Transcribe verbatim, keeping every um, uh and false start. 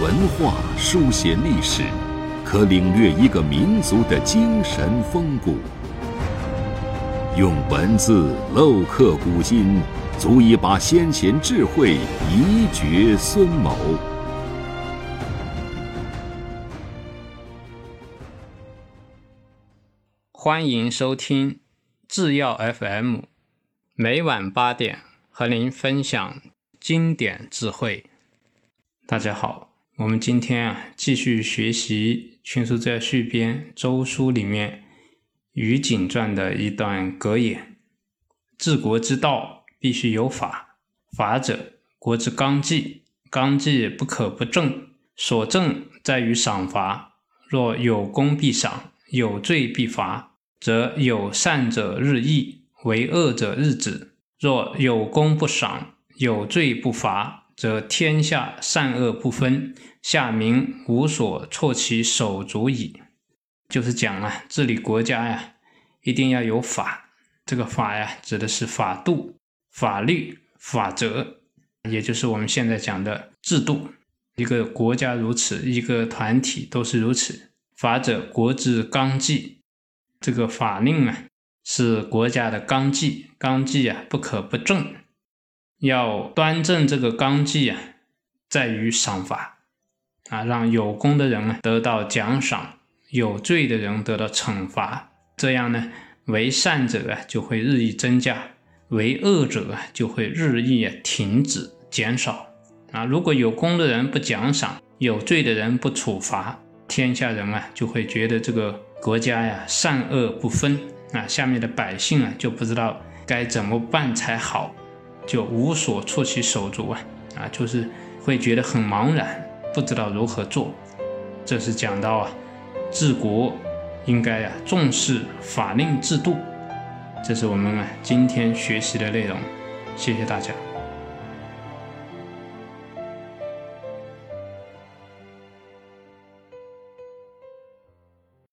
文化，书写历史，可领略一个民族的精神风骨。用文字镂刻古今，足以把先贤智慧遗绝孙谋。 欢迎收听制药 F M， 每晚八点和您分享经典智慧。大家好，我们今天啊继续学习《群书治要续编》周书里面于景传的一段格言：治国之道必须有法，法者国之纲纪，纲纪不可不正，所正在于赏罚，若有功必赏，有罪必罚，则有善者日益，为恶者日止；若有功不赏，有罪不罚，则天下善恶不分，下民无所措其手足矣。就是讲啊，治理国家呀，一定要有法。这个法呀，指的是法度、法律、法则，也就是我们现在讲的制度。一个国家如此，一个团体都是如此。法者，国之纲纪。这个法令啊，是国家的纲纪，纲纪啊不可不正。要端正这个纲纪啊，在于赏罚啊，让有功的人啊得到奖赏，有罪的人得到惩罚。这样呢，为善者啊就会日益增加，为恶者啊就会日益啊停止减少啊。如果有功的人不奖赏，有罪的人不处罚，天下人啊就会觉得这个国家呀善恶不分啊，下面的百姓啊就不知道该怎么办才好，就无所措其手足啊啊，就是会觉得很茫然，不知道如何做。这是讲到啊，治国应该啊重视法令制度。这是我们啊今天学习的内容，谢谢大家。